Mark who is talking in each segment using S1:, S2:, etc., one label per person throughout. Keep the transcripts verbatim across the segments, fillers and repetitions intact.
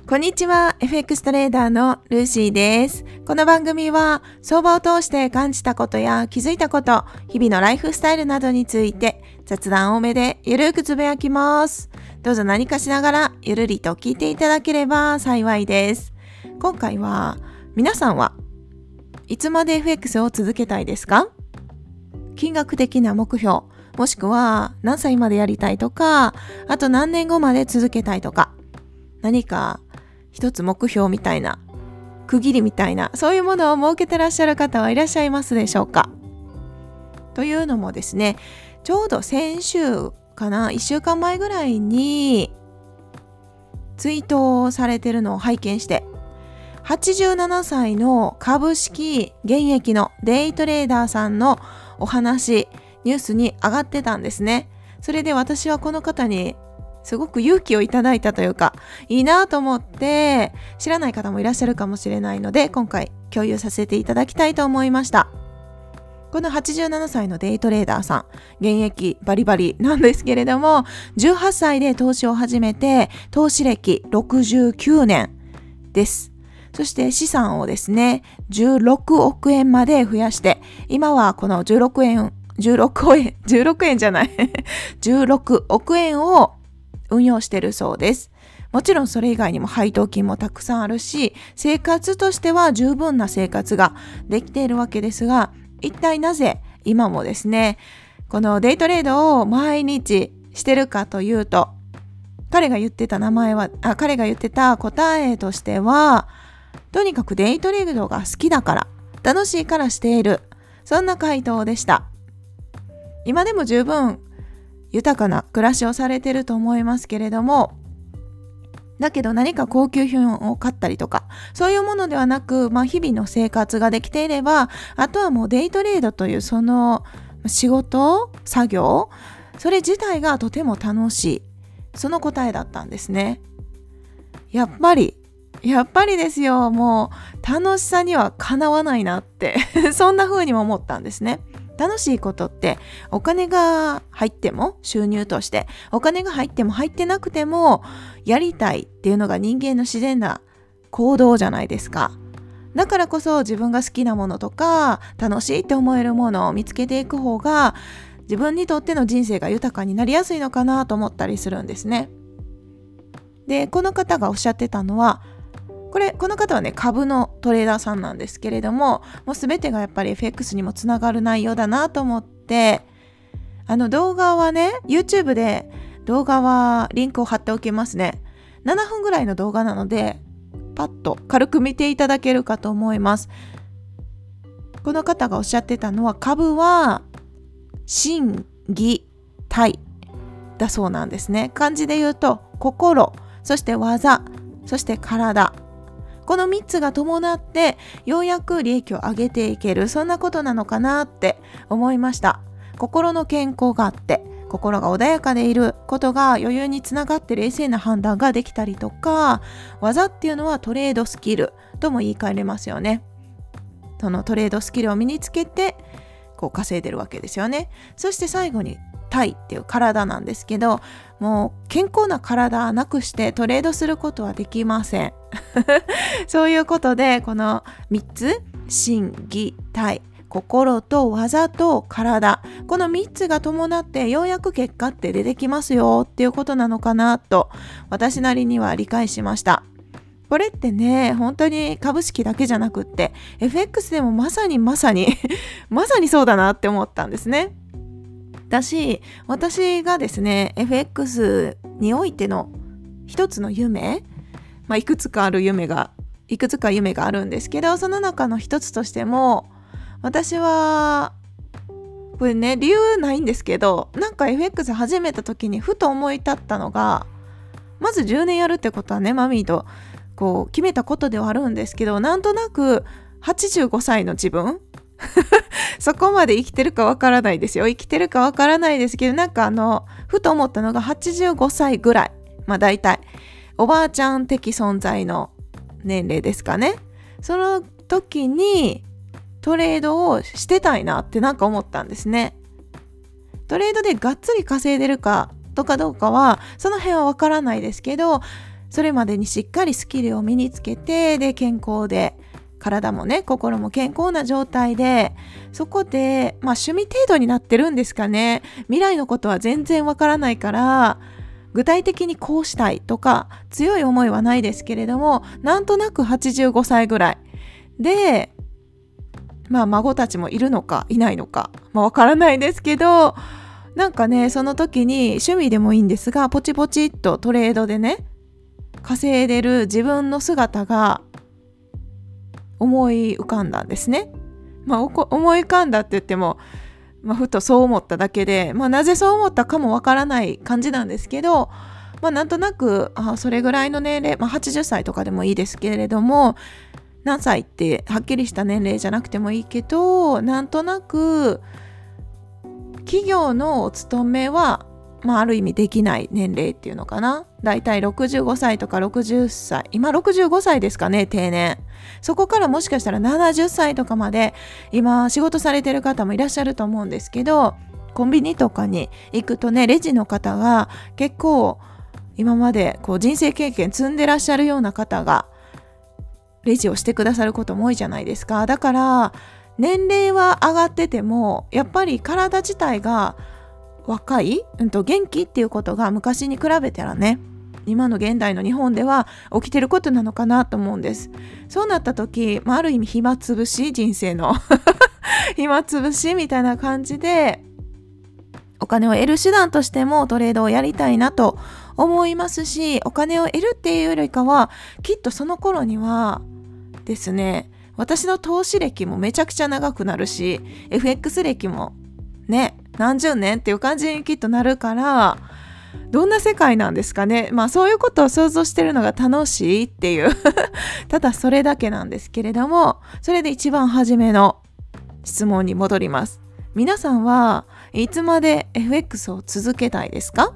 S1: こんにちは、エフエックス トレーダーのルーシーです。この番組は相場を通して感じたことや気づいたこと、日々のライフスタイルなどについて雑談多めでゆるくつぶやきます。どうぞ何かしながらゆるりと聞いていただければ幸いです。今回は皆さんはいつまで エフエックス を続けたいですか？金額的な目標、もしくは何歳までやりたいとか、あと何年後まで続けたいとか、何か一つ目標みたいな、区切りみたいな、そういうものを設けてらっしゃる方はいらっしゃいますでしょうか？というのもですね、ちょうど先週かな、いっしゅうかんまえぐらいにツイートをされてるのを拝見して、はちじゅうななさいの株式現役のデイトレーダーさんのお話、ニュースに上がってたんですね。それで私はこの方にすごく勇気をいただいたというか、いいなと思って知らない方もいらっしゃるかもしれないので、今回共有させていただきたいと思いました。このはちじゅうななさいのデイトレーダーさん、現役バリバリなんですけれども、じゅうはっさいで投資を始めて、投資歴ろくじゅうきゅうねんです。そして資産をですね、じゅうろくおくえんまで増やして、今はこのじゅうろくえん、じゅうろくえん、じゅうろくえんじゃない、じゅうろくおくえんを運用しているそうです。もちろんそれ以外にも配当金もたくさんあるし、生活としては十分な生活ができているわけですが、一体なぜ今もですね、このデイトレードを毎日してるかというと、彼が言ってた名前は、あ、彼が言ってた答えとしては、とにかくデイトレードが好きだから、楽しいからしている。そんな回答でした。今でも十分豊かな暮らしをされていると思いますけれども、だけど何か高級品を買ったりとか、そういうものではなく、まあ日々の生活ができていれば、あとはもうデイトレードというその仕事、作業、それ自体がとても楽しい。その答えだったんですね。やっぱり、やっぱりですよ、もう楽しさにはかなわないなって、そんな風にも思ったんですね。楽しいことってお金が入っても収入としてお金が入っても入ってなくてもやりたいっていうのが人間の自然な行動じゃないですか。だからこそ自分が好きなものとか楽しいって思えるものを見つけていく方が自分にとっての人生が豊かになりやすいのかなと思ったりするんですね。で、この方がおっしゃってたのは、これ、この方はね、株のトレーダーさんなんですけれども、もうすべてがやっぱり エフエックス にもつながる内容だなと思って、あの動画はね、YouTube で動画はリンクを貼っておきますね。ななふんぐらいの動画なので、パッと軽く見ていただけるかと思います。この方がおっしゃってたのは、株は心技体だそうなんですね。漢字で言うと、心、そして技、そして体。このみっつが伴ってようやく利益を上げていける、そんなことなのかなって思いました。心の健康があって心が穏やかでいることが余裕につながって冷静な判断ができたりとか、技っていうのはトレードスキルとも言い換えれますよね。そのトレードスキルを身につけてこう稼いでるわけですよね。そして最後に体っていう体なんですけど、もう健康な体なくしてトレードすることはできません。そういうことで、このみっつ、心技体、心と技と体、このみっつが伴ってようやく結果って出てきますよっていうことなのかなと私なりには理解しました。これってね、本当に株式だけじゃなくって エフエックス でもまさにまさにまさにそうだなって思ったんですね。だし、私がですね エフエックス においての一つの夢、まあ、いくつかある夢がいくつか夢があるんですけど、その中の一つとしても、私はこれね、理由ないんですけど、なんか エフエックス 始めた時にふと思い立ったのが、まずじゅうねんやるってことはね、マミーとこう決めたことではあるんですけど、なんとなくはちじゅうごさいの自分そこまで生きてるかわからないですよ。生きてるかわからないですけど、なんかあのふと思ったのがはちじゅうごさいぐらい、まあ大体おばあちゃん的存在の年齢ですかね。その時にトレードをしてたいなってなんか思ったんですね。トレードでがっつり稼いでるかとかどうかはその辺はわからないですけど、 それまでにしっかりスキルを身につけて、で健康で体もね心も健康な状態で、そこでまあ趣味程度になってるんですかね。未来のことは全然わからないから、具体的にこうしたいとか強い思いはないですけれども、なんとなくはちじゅうごさいぐらいで、まあ孫たちもいるのかいないのか、まあわからないですけど、なんかねその時に趣味でもいいんですが、ポチポチっとトレードでね稼いでる自分の姿が思い浮かんだんですね。まあ思い浮かんだって言っても、まあ、ふとそう思っただけで、まあ、なぜそう思ったかもわからない感じなんですけど、まあ、なんとなくあそれぐらいの年齢、まあ、はちじゅっさいとかでもいいですけれども、何歳ってはっきりした年齢じゃなくてもいいけど、なんとなく企業のお勤めは、まあ、ある意味できない年齢っていうのかな。だいたいろくじゅうごさいとかろくじゅっさい、今ろくじゅうごさいですかね、定年。そこからもしかしたらななじゅっさいとかまで今仕事されてる方もいらっしゃると思うんですけど、コンビニとかに行くとね、レジの方が結構今までこう人生経験積んでらっしゃるような方がレジをしてくださることも多いじゃないですか。だから年齢は上がっててもやっぱり体自体が若い、うんと元気っていうことが昔に比べたらね、今の現代の日本では起きてることなのかなと思うんです。そうなった時、まあ、ある意味暇つぶし、人生の暇つぶしみたいな感じでお金を得る手段としてもトレードをやりたいなと思いますし、お金を得るっていうよりかはきっとその頃にはですね、私の投資歴もめちゃくちゃ長くなるし、 エフエックス 歴もね何十年っていう感じにきっとなるから、どんな世界なんですかね。まあそういうことを想像してるのが楽しいっていうただそれだけなんですけれども、それで一番初めの質問に戻ります。皆さんはいつまで エフエックス を続けたいですか？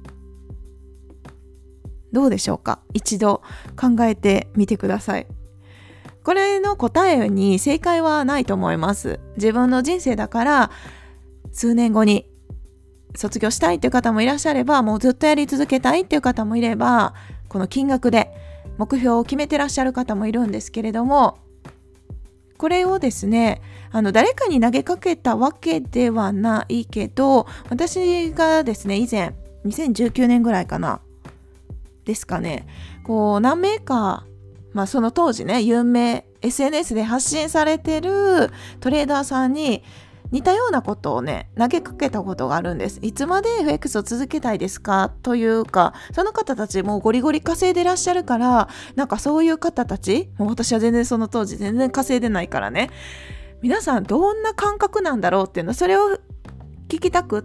S1: どうでしょうか。一度考えてみてください。これの答えに正解はないと思います。自分の人生だから数年後に卒業したいっていう方もいらっしゃれば、もうずっとやり続けたいっていう方もいれば、この金額で目標を決めてらっしゃる方もいるんですけれども、これをですね、あの誰かに投げかけたわけではないけど、私がですね以前にせんじゅうきゅうねんぐらいかなですかね、こう何名か、まあその当時ね有名 エスエヌエス で発信されてるトレーダーさんに似たようなことをね投げかけたことがあるんです。いつまで エフエックス を続けたいですかというか、その方たちもうゴリゴリ稼いでらっしゃるから、なんかそういう方たち、もう私は全然その当時全然稼いでないからね、皆さんどんな感覚なんだろうっていうの、それを聞きたくって、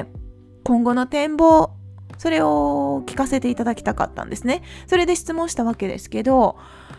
S1: 今後の展望、それを聞かせていただきたかったんですね。それで質問したわけですけど、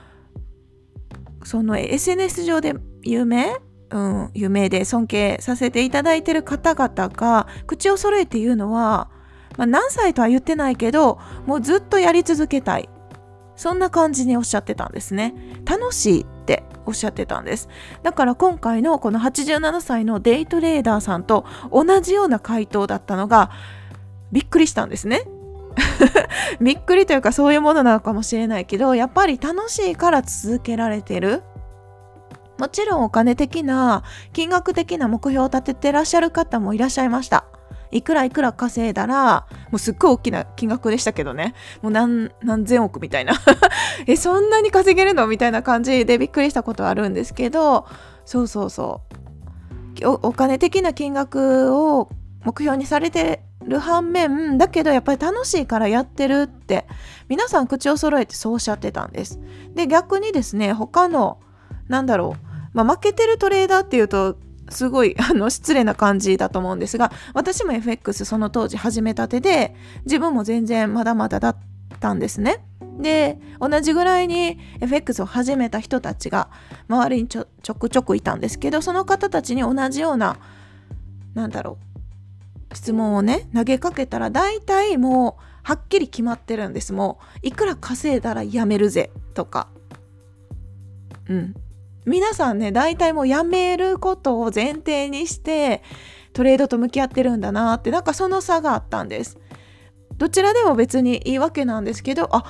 S1: その エスエヌエス 上で有名うん、有名で尊敬させていただいている方々が口を揃えて言うのは、まあ、何歳とは言ってないけどもうずっとやり続けたい、そんな感じにおっしゃってたんですね。楽しいっておっしゃってたんです。だから今回のこのはちじゅうななさいのデイトレーダーさんと同じような回答だったのがびっくりしたんですねびっくりというか、そういうものなのかもしれないけど、やっぱり楽しいから続けられてる。もちろんお金的な金額的な目標を立ててらっしゃる方もいらっしゃいました。いくらいくら稼いだら、もうすっごい大きな金額でしたけどね、もう 何, 何千億みたいなえそんなに稼げるのみたいな感じでびっくりしたことはあるんですけど、そうそうそうお, お金的な金額を目標にされてる反面だけど、やっぱり楽しいからやってるって皆さん口を揃えてそうおっしゃってたんです。で逆にですね、他のなんだろう、まあ、負けてるトレーダーっていうとすごいあの失礼な感じだと思うんですが、私も エフエックス その当時始めたてで、自分も全然まだまだだったんですね。で同じぐらいに エフエックス を始めた人たちが周りにち ょ, ちょくちょくいたんですけど、その方たちに同じようななんだろう質問をね投げかけたら、大体もうはっきり決まってるんです。もういくら稼いだらやめるぜとか、うん皆さんね大体もうやめることを前提にしてトレードと向き合ってるんだなって、なんかその差があったんです。どちらでも別にいいわけなんですけど、あ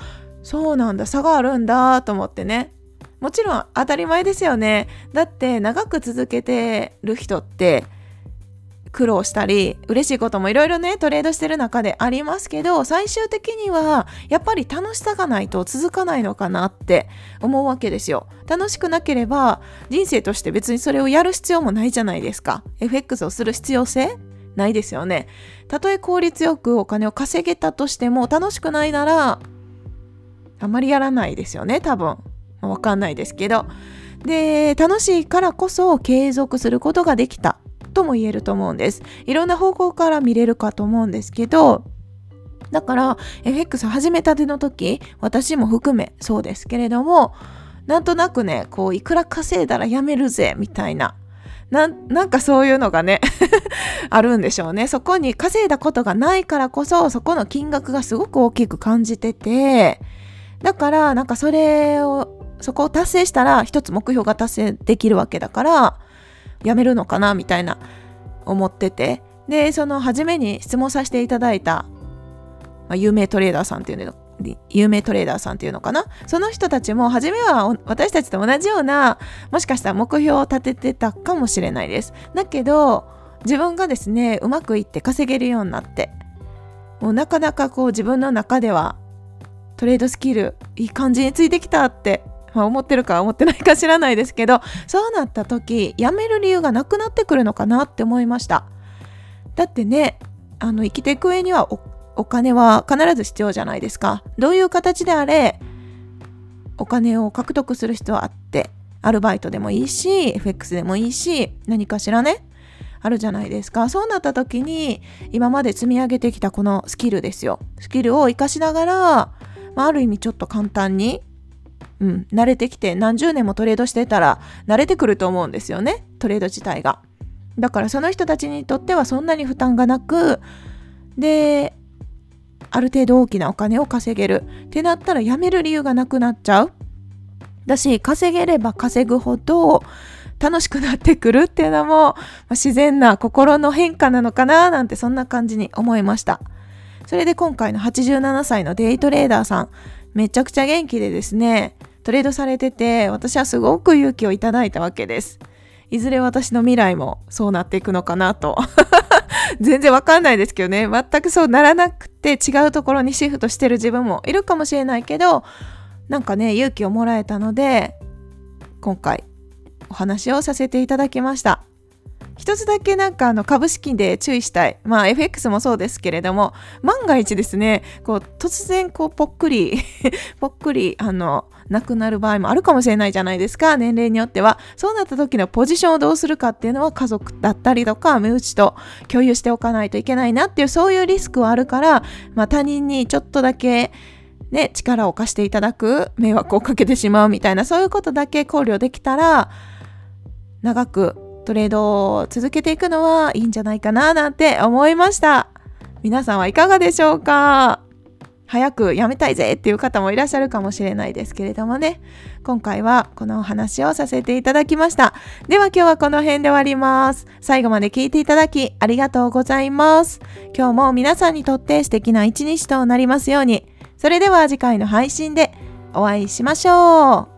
S1: そうなんだ、差があるんだと思ってね。もちろん当たり前ですよね。だって長く続けてる人って苦労したり嬉しいこともいろいろねトレードしてる中でありますけど、最終的にはやっぱり楽しさがないと続かないのかなって思うわけですよ。楽しくなければ人生として別にそれをやる必要もないじゃないですか。 エフエックス をする必要性ないですよね。たとえ効率よくお金を稼げたとしても楽しくないならあまりやらないですよね、多分。わかんないですけど。で、楽しいからこそ継続することができたとも言えると思うんです。いろんな方向から見れるかと思うんですけど、だから エフエックス 始めたての時、私も含めそうですけれども、なんとなくね、こういくら稼いだらやめるぜみたいな、な ん, なんかそういうのがねあるんでしょうね。そこに稼いだことがないからこそ、そこの金額がすごく大きく感じてて、だからなんかそれをそこを達成したら一つ目標が達成できるわけだからやめるのかなみたいな思ってて、でその初めに質問させていただいた、まあ、有名トレーダーさんっていうの有名トレーダーさんっていうのかな、その人たちも初めは私たちと同じようなもしかしたら目標を立ててたかもしれないです。だけど自分がですねうまくいって稼げるようになって、もうなかなかこう自分の中ではトレードスキルいい感じについてきたってまあ、思ってるか思ってないか知らないですけど、そうなった時やめる理由がなくなってくるのかなって思いました。だってね、あの生きていく上には お, お金は必ず必要じゃないですか。どういう形であれお金を獲得する必要はあって、アルバイトでもいいし エフエックス でもいいし何かしらねあるじゃないですか。そうなった時に今まで積み上げてきたこのスキルですよ、スキルを活かしながら、まあ、ある意味ちょっと簡単にうん、慣れてきて何十年もトレードしてたら慣れてくると思うんですよね、トレード自体が。だからその人たちにとってはそんなに負担がなく、である程度大きなお金を稼げるってなったらやめる理由がなくなっちゃう。だし稼げれば稼ぐほど楽しくなってくるっていうのも、まあ、自然な心の変化なのかななんてそんな感じに思いました。それで今回のはちじゅうななさいのデイトレーダーさん、めちゃくちゃ元気でですねトレードされてて、私はすごく勇気をいただいたわけです。いずれ私の未来もそうなっていくのかなと全然わかんないですけどね、全くそうならなくて違うところにシフトしてる自分もいるかもしれないけど、なんかね勇気をもらえたので今回お話をさせていただきました。一つだけなんかあの株式で注意したい、まあ エフエックス もそうですけれども、万が一ですねこう突然こうぽっくりぽっくりあのなくなる場合もあるかもしれないじゃないですか、年齢によっては。そうなった時のポジションをどうするかっていうのは家族だったりとか身内と共有しておかないといけないなっていう、そういうリスクはあるから、まあ、他人にちょっとだけね力を貸していただく、迷惑をかけてしまうみたいな、そういうことだけ考慮できたら長くトレードを続けていくのはいいんじゃないかななんて思いました。皆さんはいかがでしょうか。早くやめたいぜっていう方もいらっしゃるかもしれないですけれどもね、今回はこのお話をさせていただきました。では今日はこの辺で終わります。最後まで聞いていただきありがとうございます。今日も皆さんにとって素敵な一日となりますように。それでは次回の配信でお会いしましょう。